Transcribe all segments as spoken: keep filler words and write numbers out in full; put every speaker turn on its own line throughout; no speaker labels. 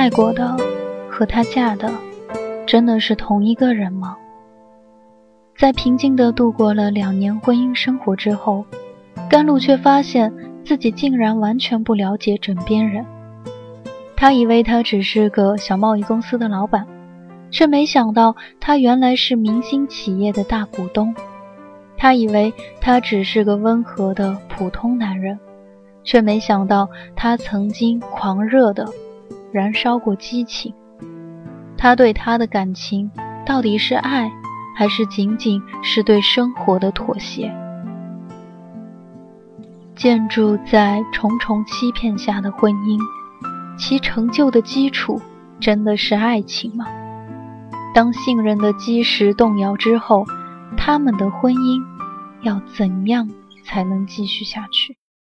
爱过的和他嫁的真的是同一个人吗？在平静地度过了两年婚姻生活之后，甘露却发现自己竟然完全不了解枕边人。他以为他只是个小贸易公司的老板，却没想到他原来是明星企业的大股东。他以为他只是个温和的普通男人，却没想到他曾经狂热地燃烧过激情。他对他的感情到底是爱，还是仅仅是对生活的妥协？建筑在重重欺骗下的婚姻，其成就的基础真的是爱情吗？当信任的基石动摇之后，他们的婚姻要怎样才能继续下去？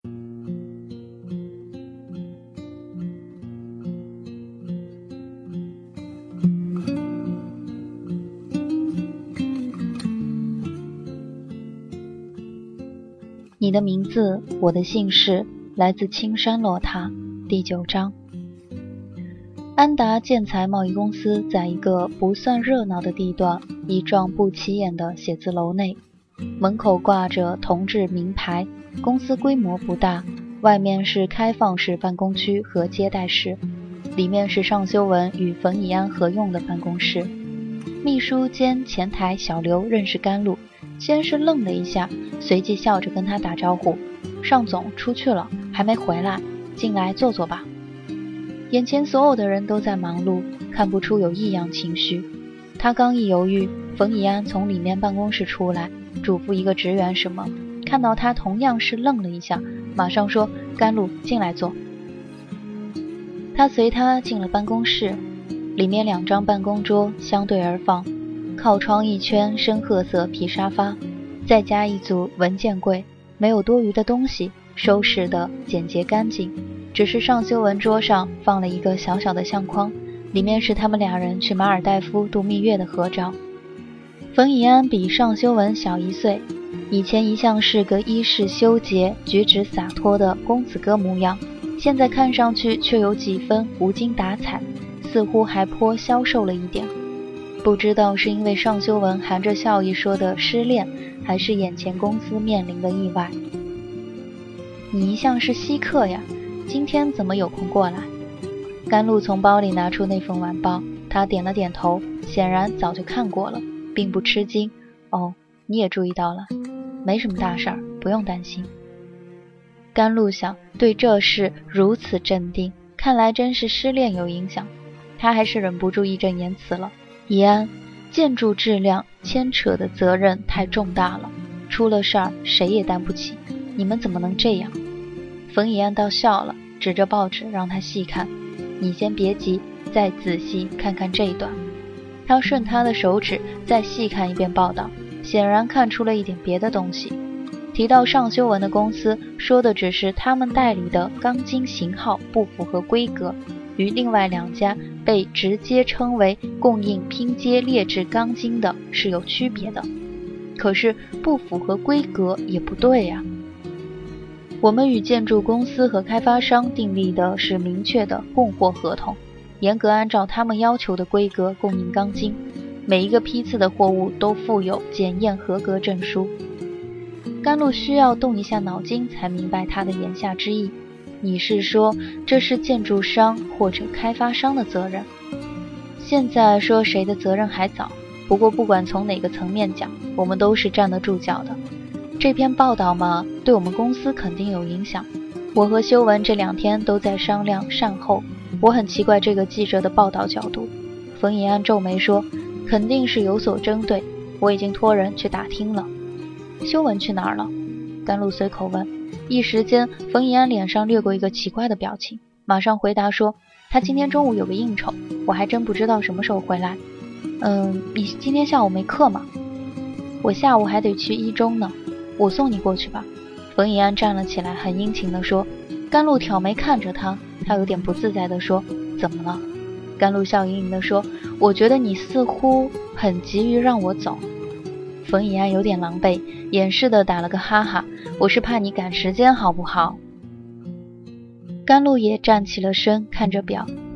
你的名字，我的姓氏，来自青山落塔，第九章。安达建材贸易公司在一个不算热闹的地段，一幢不起眼的写字楼内，门口挂着铜制名牌，公司规模不大，外面是开放式办公区和接待室，里面是尚修文与冯以安合用的办公室。秘书兼前台小刘认识甘露，先是愣了一下，随即笑着跟他打招呼：尚总出去了，还没回来，进来坐坐吧。眼前所有的人都在忙碌，看不出有异样情绪。他刚一犹豫，冯以安从里面办公室出来，嘱咐一个职员什么，看到他同样是愣了一下，马上说：甘露，进来坐。他随他进了办公室，里面两张办公桌相对而放，靠窗一圈深褐色皮沙发，再加一组文件柜，没有多余的东西，收拾得简洁干净。只是尚修文桌上放了一个小小的相框，里面是他们俩人去马尔代夫度蜜月的合照。冯以安比尚修文小一岁，以前一向是个衣饰修洁、举止洒脱的公子哥模样，现在看上去却有几分无精打采，似乎还颇消瘦了一点。不知道是因为尚修文含着笑意说的失恋，还是眼前公司面临的意外。你一向是稀客呀，今天怎么有空过来？甘露从包里拿出那份晚报，他点了点头，显然早就看过了，并不吃惊。哦，你也注意到了，没什么大事儿，不用担心。甘露想，对这事如此镇定，看来真是失恋有影响。他还是忍不住义正言辞了：以安，建筑质量牵扯的责任太重大了，出了事儿谁也担不起，你们怎么能这样？冯以安倒笑了，指着报纸让他细看。你先别急，再仔细看看这一段。他顺他的手指再细看一遍报道，显然看出了一点别的东西。提到尚修文的公司，说的只是他们代理的钢筋型号不符合规格，与另外两家被直接称为供应拼接劣质钢筋的是有区别的。可是不符合规格也不对呀、啊。我们与建筑公司和开发商订立的是明确的供货合同，严格按照他们要求的规格供应钢筋，每一个批次的货物都附有检验合格证书。甘露需要动一下脑筋才明白他的言下之意。你是说这是建筑商或者开发商的责任？现在说谁的责任还早，不过不管从哪个层面讲，我们都是站得住脚的。这篇报道嘛，对我们公司肯定有影响。我和修文这两天都在商量善后，我很奇怪这个记者的报道角度。冯以安皱眉说，肯定是有所针对，我已经托人去打听了。修文去哪儿了？甘露随口问。一时间冯以安脸上掠过一个奇怪的表情，马上回答说，他今天中午有个应酬，我还真不知道什么时候回来。嗯，你今天下午没课吗？我下午还得去一中呢，我送你过去吧。冯以安站了起来，很殷勤地说。甘露挑眉看着他，他有点不自在地说，怎么了？甘露笑盈盈地说，我觉得你似乎很急于让我走。冯以安有点狼狈，掩饰地打了个哈哈，我是怕你赶时间好不好？甘露也站起了身，看着表，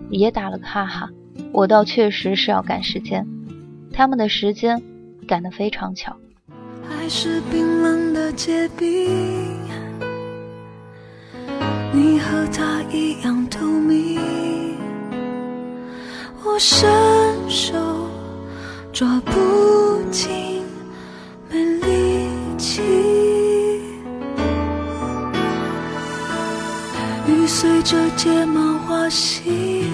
也打了个哈哈，我倒确实是要赶时间，他们的时间赶得非常巧。
还是冰冷的结冰，你和他一样透明，我伸手抓不紧，没力气。雨随着睫毛滑行，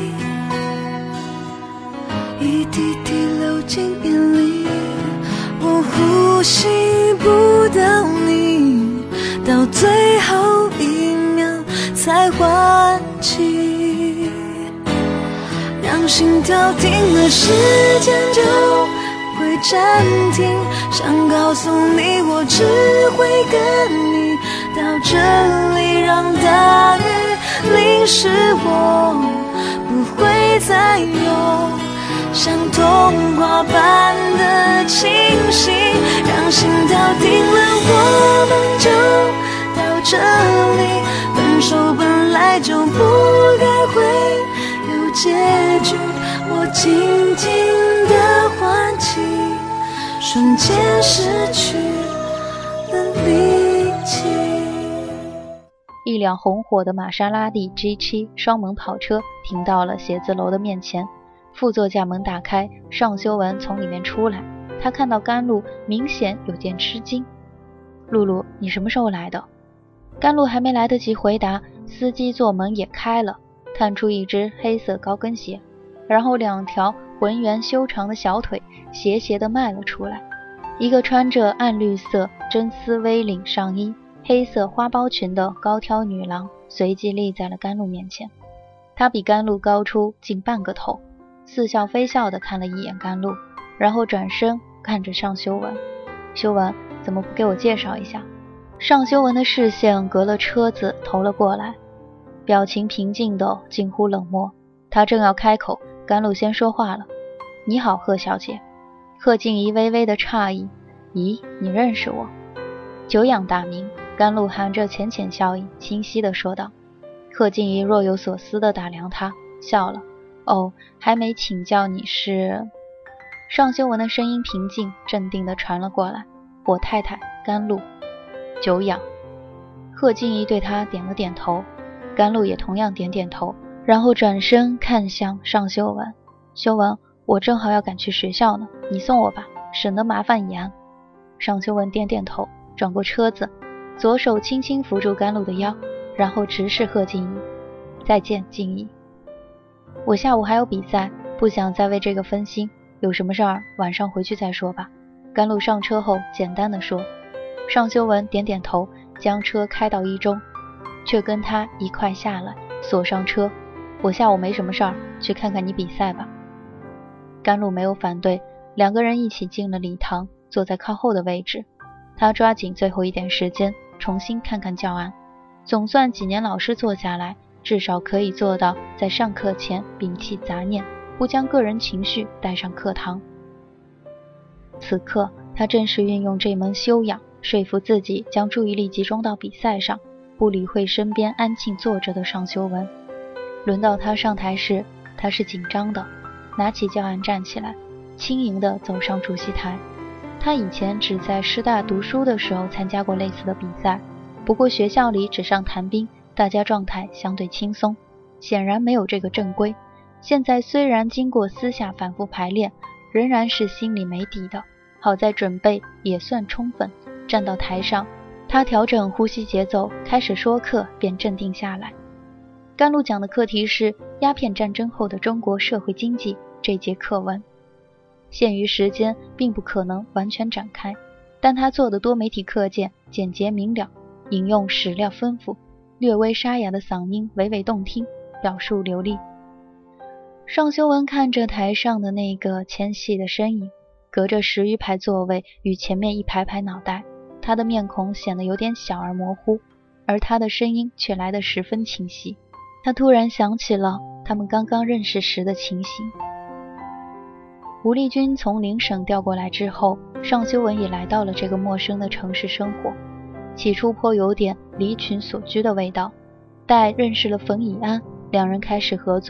一滴滴流进眼里，我呼吸不到你，到最后一秒才唤起，让心跳停了，时间就会暂停。想告诉你，我只会跟你到这里，让大雨淋湿我，不会再有像童话般的清醒，让心跳停了，我们就到这里。分手本来就不该会有结局，我静静地唤起，瞬间失去了力气。
一辆红火的玛莎拉蒂 G 七 双门跑车停到了写字楼的面前，副座驾门打开，尚修文从里面出来，他看到甘露，明显有点吃惊。露露，你什么时候来的？甘露还没来得及回答，司机座门也开了，探出一只黑色高跟鞋，然后两条浑圆修长的小腿斜斜地迈了出来。一个穿着暗绿色真丝 V 领上衣、黑色花苞裙的高挑女郎随即立在了甘露面前。她比甘露高出近半个头，似笑非笑地看了一眼甘露，然后转身看着尚修文。修文，怎么不给我介绍一下？尚修文的视线隔了车子投了过来，表情平静的近乎冷漠。他正要开口，甘露先说话了：你好，贺小姐。贺静怡微微的诧异：咦，你认识我？久仰大名。甘露含着浅浅笑意，清晰地说道。贺静怡若有所思地打量他，笑了：哦，还没请教你是……尚修文的声音平静镇定地传了过来：我太太甘露。久仰。贺静怡对他点了点头，甘露也同样点点头，然后转身看向尚修文：修文，我正好要赶去学校呢，你送我吧，省得麻烦怡安。尚修文点点头，转过车子，左手轻轻扶住甘露的腰，然后直视贺静怡：再见，静怡。我下午还有比赛，不想再为这个分心，有什么事儿晚上回去再说吧。甘露上车后简单地说。尚修文点点头，将车开到一中，却跟他一块下来，锁上车。我下午没什么事儿，去看看你比赛吧。甘露没有反对，两个人一起进了礼堂，坐在靠后的位置。他抓紧最后一点时间，重新看看教案。总算几年老师做下来，至少可以做到在上课前摒弃杂念，不将个人情绪带上课堂。此刻他正是运用这门修养，说服自己将注意力集中到比赛上，不理会身边安静坐着的尚修文。轮到他上台时，他是紧张的，拿起教案站起来，轻盈地走上主席台。他以前只在师大读书的时候参加过类似的比赛，不过学校里纸上谈兵，大家状态相对轻松，显然没有这个正规。现在虽然经过私下反复排练，仍然是心里没底的，好在准备也算充分。站到台上，他调整呼吸节奏，开始说课便镇定下来。甘露讲的课题是鸦片战争后的中国社会经济这节课文，限于时间并不可能完全展开，但他做的多媒体课件简洁明了，引用史料丰富，略微沙哑的嗓音娓娓动听，表述流利。尚修文看着台上的那个纤细的身影，隔着十余排座位与前面一排排脑袋，他的面孔显得有点小而模糊，而他的声音却来得十分清晰。他突然想起了他们刚刚认识时的情形。吴丽君从邻省调过来之后，尚修文也来到了这个陌生的城市生活，起初颇有点离群所居的味道。待认识了冯以安，两人开始合作，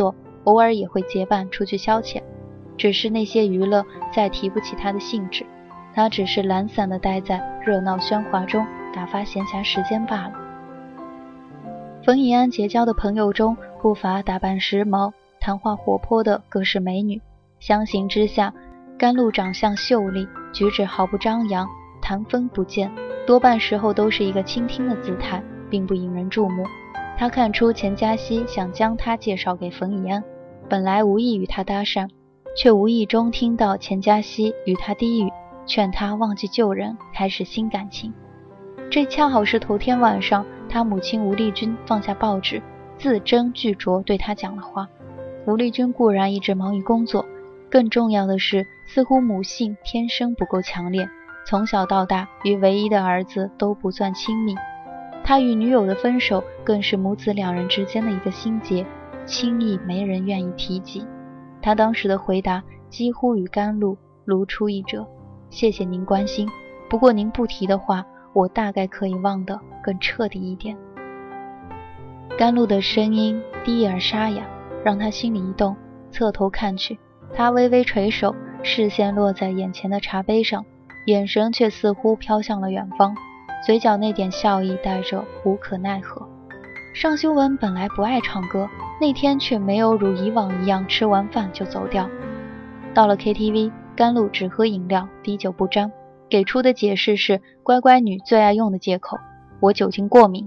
偶尔也会结伴出去消遣，只是那些娱乐再提不起他的兴致，他只是懒散地待在热闹喧哗中打发闲暇时间罢了。冯以安结交的朋友中不乏打扮时髦、谈话活泼的各式美女，相形之下，甘露长相秀丽，举止毫不张扬，谈风不见，多半时候都是一个倾听的姿态，并不引人注目。他看出钱嘉熙想将他介绍给冯以安，本来无意与他搭讪，却无意中听到钱嘉熙与他低语，劝他忘记旧人，开始新感情。这恰好是头天晚上他母亲吴丽君放下报纸，字斟句酌对他讲了话。吴丽君固然一直忙于工作，更重要的是似乎母性天生不够强烈，从小到大与唯一的儿子都不算亲密。他与女友的分手更是母子两人之间的一个心结，轻易没人愿意提及。他当时的回答几乎与甘露如出一辙，谢谢您关心，不过您不提的话，我大概可以忘得更彻底一点。甘露的声音低而沙哑，让他心里一动，侧头看去，他微微垂手，视线落在眼前的茶杯上，眼神却似乎飘向了远方，嘴角那点笑意带着无可奈何。尚修文本来不爱唱歌，那天却没有如以往一样吃完饭就走掉。到了 K T V， 甘露只喝饮料，滴酒不沾，给出的解释是乖乖女最爱用的借口，我酒精过敏。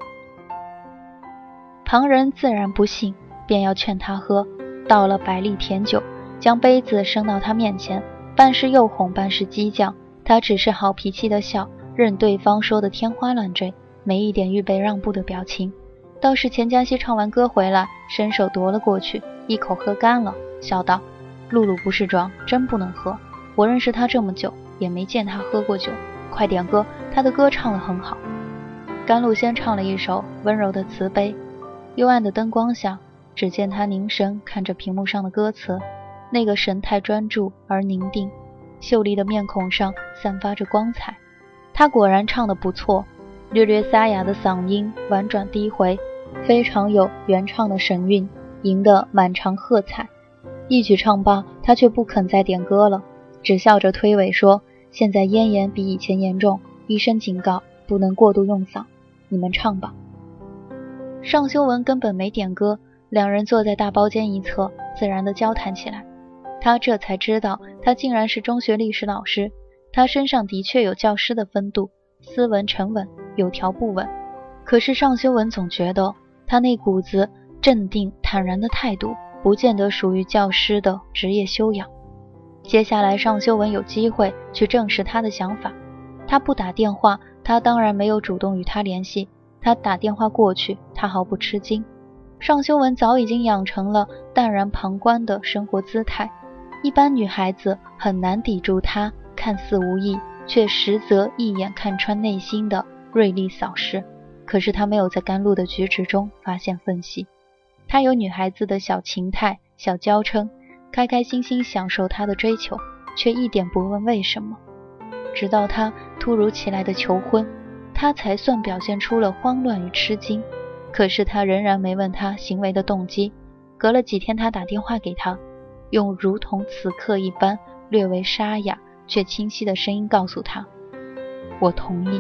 旁人自然不信，便要劝他喝，倒了百利甜酒，将杯子升到他面前，半是诱哄，半是激将。他只是好脾气的笑，任对方说的天花乱坠，没一点预备让步的表情。倒是钱嘉熙唱完歌回来，伸手夺了过去，一口喝干了，笑道：露露不是装，真不能喝，我认识他这么久，也没见他喝过酒，快点歌，他的歌唱得很好。甘露先唱了一首温柔的慈悲，幽暗的灯光下，只见他凝神看着屏幕上的歌词，那个神态专注而凝定，秀丽的面孔上散发着光彩。他果然唱得不错，略略沙哑的嗓音婉转低回，非常有原唱的神韵，赢得满场喝彩。一曲唱罢，他却不肯再点歌了，只笑着推诿说：现在咽炎比以前严重，医生警告不能过度用嗓，你们唱吧。尚修文根本没点歌，两人坐在大包间一侧，自然地交谈起来。他这才知道，他竟然是中学历史老师，他身上的确有教师的风度，斯文沉稳，有条不紊。可是尚修文总觉得，他那股子镇定坦然的态度，不见得属于教师的职业修养。接下来尚修文有机会去证实他的想法。他不打电话，他当然没有主动与他联系，他打电话过去，他毫不吃惊。尚修文早已经养成了淡然旁观的生活姿态，一般女孩子很难抵住他看似无意，却实则一眼看穿内心的锐利扫视。可是他没有在甘露的举止中发现缝隙，他有女孩子的小情态、小娇嗔，开开心心享受他的追求，却一点不问为什么。直到他突如其来的求婚，他才算表现出了慌乱与吃惊。可是他仍然没问他行为的动机。隔了几天，他打电话给他，用如同此刻一般略为沙哑却清晰的声音告诉他：我同意。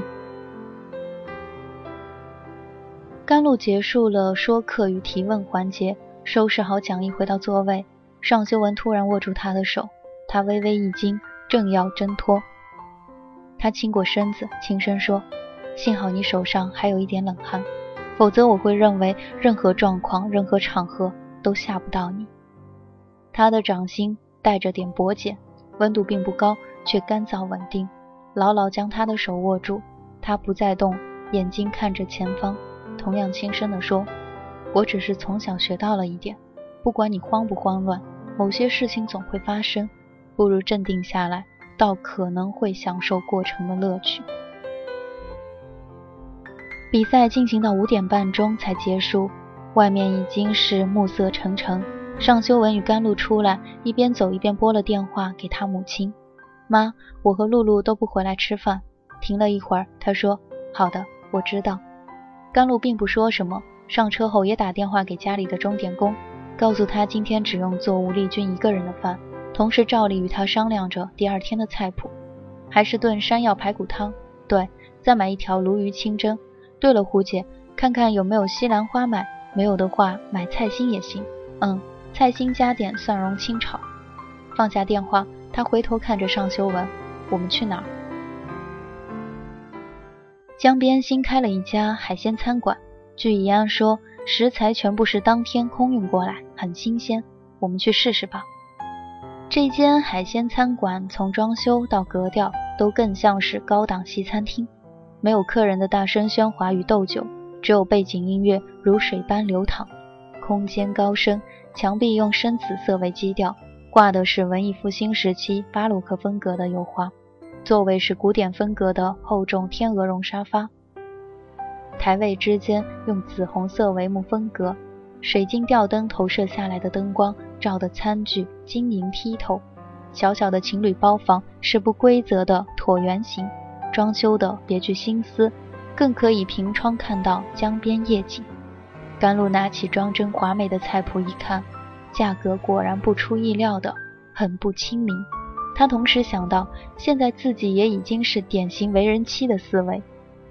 甘露结束了说课与提问环节，收拾好讲义回到座位，尚修文突然握住他的手，他微微一惊，正要挣脱。他倾过身子轻声说：幸好你手上还有一点冷汗，否则我会认为任何状况任何场合都吓不到你。他的掌心带着点薄茧，温度并不高，却干燥稳定，牢牢将他的手握住。他不再动，眼睛看着前方，同样轻声地说：我只是从小学到了一点，不管你慌不慌乱，某些事情总会发生，不如镇定下来，倒可能会享受过程的乐趣。比赛进行到五点半钟才结束，外面已经是暮色沉沉。尚修文与甘露出来，一边走一边拨了电话给他母亲：妈，我和露露都不回来吃饭。停了一会儿，他说：好的，我知道。甘露并不说什么，上车后也打电话给家里的钟点工， 告诉他今天只用做吴丽君一个人的饭，同时照例与他商量着第二天的菜谱，还是炖山药排骨汤，对，再买一条鲈鱼清蒸。对了，胡姐，看看有没有西兰花买，没有的话买菜心也行。嗯，菜心加点蒜蓉清炒。放下电话，他回头看着尚修文，我们去哪儿？江边新开了一家海鲜餐馆，据怡安说，食材全部是当天空运过来，很新鲜，我们去试试吧。这间海鲜餐馆从装修到格调都更像是高档西餐厅，没有客人的大声喧哗与斗酒，只有背景音乐如水般流淌。空间高深，墙壁用深紫色为基调，挂的是文艺复兴时期巴洛克风格的油画，座位是古典风格的厚重天鹅绒沙发，台位之间用紫红色帷幕分隔，水晶吊灯投射下来的灯光照得餐具晶莹剔透。小小的情侣包房是不规则的椭圆形，装修的别具心思，更可以凭窗看到江边夜景。甘露拿起装帧华美的菜谱一看，价格果然不出意料的很不亲民。他同时想到，现在自己也已经是典型为人妻的思维。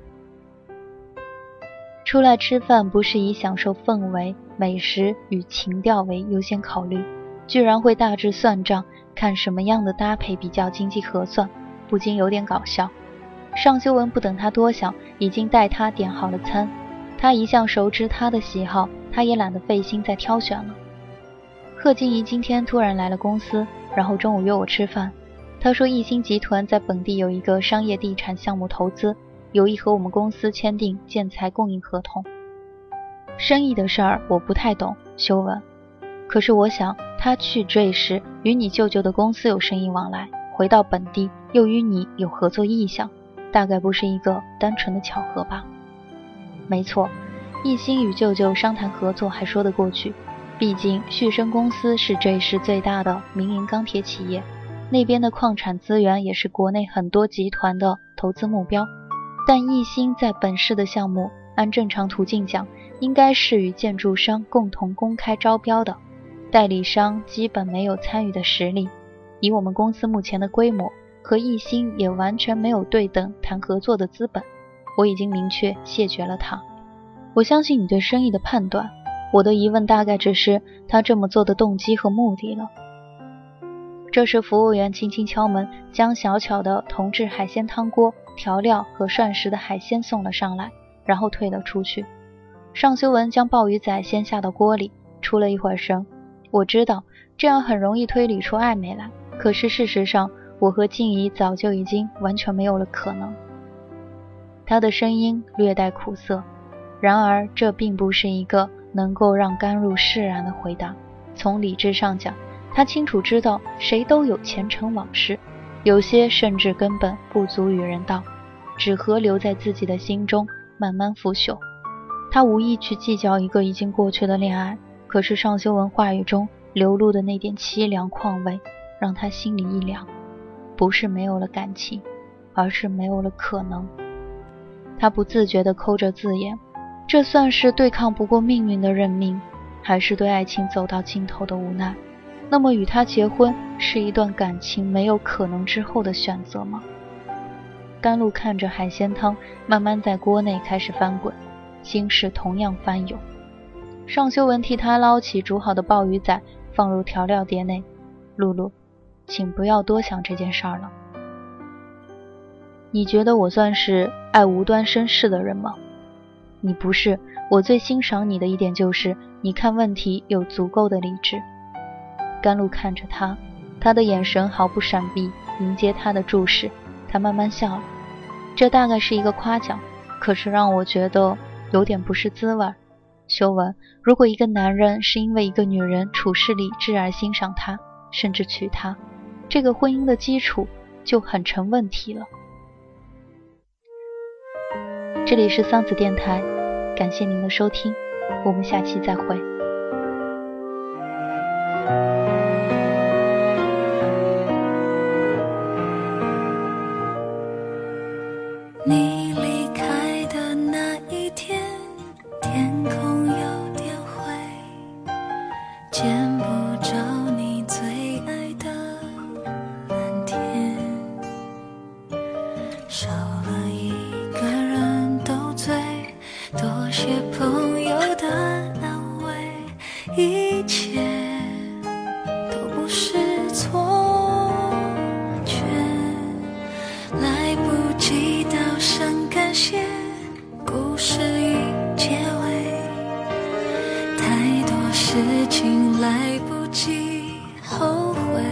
出来吃饭不是以享受氛围、美食与情调为优先考虑，居然会大致算账，看什么样的搭配比较经济合算，不禁有点搞笑。尚修文不等他多想，已经带他点好了餐。他一向熟知他的喜好，他也懒得费心再挑选了。贺静怡今天突然来了公司，然后中午约我吃饭。他说艺兴集团在本地有一个商业地产项目投资，有意和我们公司签订建材供应合同。生意的事儿我不太懂，修文。可是我想他去这时与你舅舅的公司有生意往来，回到本地又与你有合作意向，大概不是一个单纯的巧合吧。没错，艺兴与舅舅商谈合作还说得过去，毕竟旭升公司是这市最大的民营钢铁企业，那边的矿产资源也是国内很多集团的投资目标。但艺兴在本市的项目，按正常途径讲，应该是与建筑商共同公开招标的，代理商基本没有参与的实力。以我们公司目前的规模，和艺兴也完全没有对等谈合作的资本。我已经明确谢绝了他。我相信你对生意的判断，我的疑问大概只是他这么做的动机和目的了。这时服务员轻轻敲门，将小巧的铜制海鲜汤锅、调料和涮食的海鲜送了上来，然后退了出去。尚修文将鲍鱼仔先下到锅里，出了一会儿神。我知道这样很容易推理出暧昧来，可是事实上我和静怡早就已经完全没有了可能。他的声音略带苦涩，然而这并不是一个能够让甘露释然的回答。从理智上讲，他清楚知道谁都有前尘往事，有些甚至根本不足与人道，只合留在自己的心中慢慢腐朽。他无意去计较一个已经过去的恋爱，可是尚修文话语中流露的那点凄凉况味让他心里一凉，不是没有了感情，而是没有了可能。他不自觉地抠着字眼，这算是对抗不过命运的认命，还是对爱情走到尽头的无奈？那么与他结婚是一段感情没有可能之后的选择吗？甘露看着海鲜汤慢慢在锅内开始翻滚，心事同样翻涌。尚修文替他捞起煮好的鲍鱼仔放入调料碟内。露露，请不要多想这件事儿了。你觉得我算是爱无端生事的人吗？你不是，我最欣赏你的一点就是你看问题有足够的理智。甘露看着他，他的眼神毫不闪避，迎接他的注视。他慢慢笑了，这大概是一个夸奖，可是让我觉得有点不是滋味。修文，如果一个男人是因为一个女人处事理智而欣赏她，甚至娶她，这个婚姻的基础就很成问题了。这里是桑梓电台，感谢您的收听，我们下期再会。
你离开的那一天，天空有点灰， 些朋友的安慰，一切都不是错觉，来不及道声感谢，故事已结尾，太多事情来不及后悔，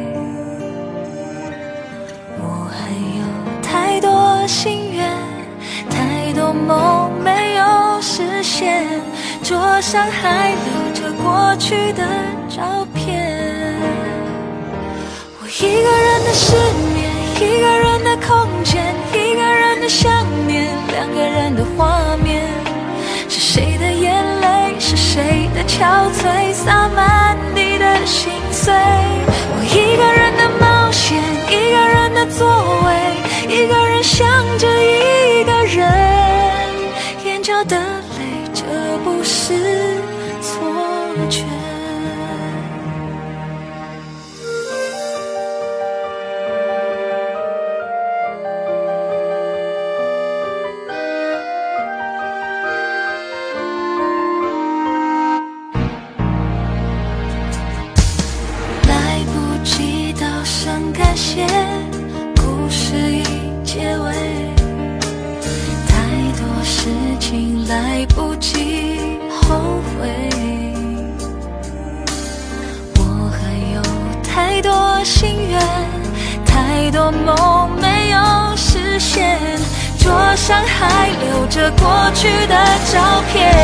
我还有太多心愿，太多梦没有实现，桌上还留着过去的照片，我一个人的失眠，一个人的空间，一个人的想念，两个人的画面，是谁的眼泪，是谁的憔悴，洒满地的心碎，我一个人的冒险，一个人的座位，一个人想着一个人，眼角的泪，这不是错觉。来不及道声感谢，故事已结尾，太多事情来不及后悔，我还有太多心愿，太多梦没有实现，桌上还留着过去的照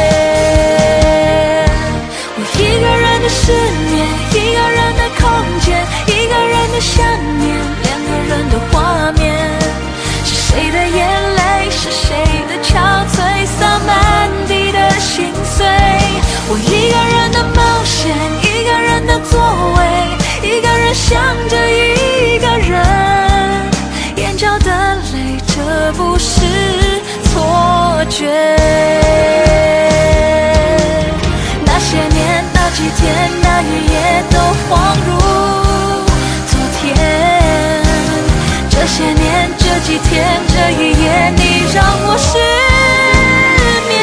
片，我一个人的失眠，一个人的空间，一个人的想念，两个人的画面，是谁的眼泪，是谁的憔悴，洒满地的心碎，我一个人的冒险，一个人的座位，一个人想着一个人，眼角的泪，这不是错觉。那些年，那几天，那一夜都恍如昨天，这些年，这几天，这一夜，你让我失眠，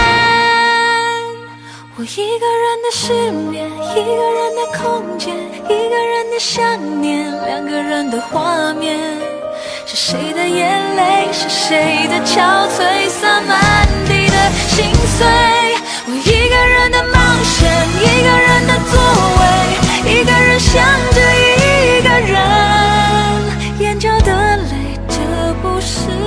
我一个人的失眠，一个人的空间，一个人的想念，两个人的画面，是谁的眼泪，是谁的憔悴，洒满地的心碎，我一个人的冒险，一个人的座位，一个人想着一个人，眼角的泪，这不是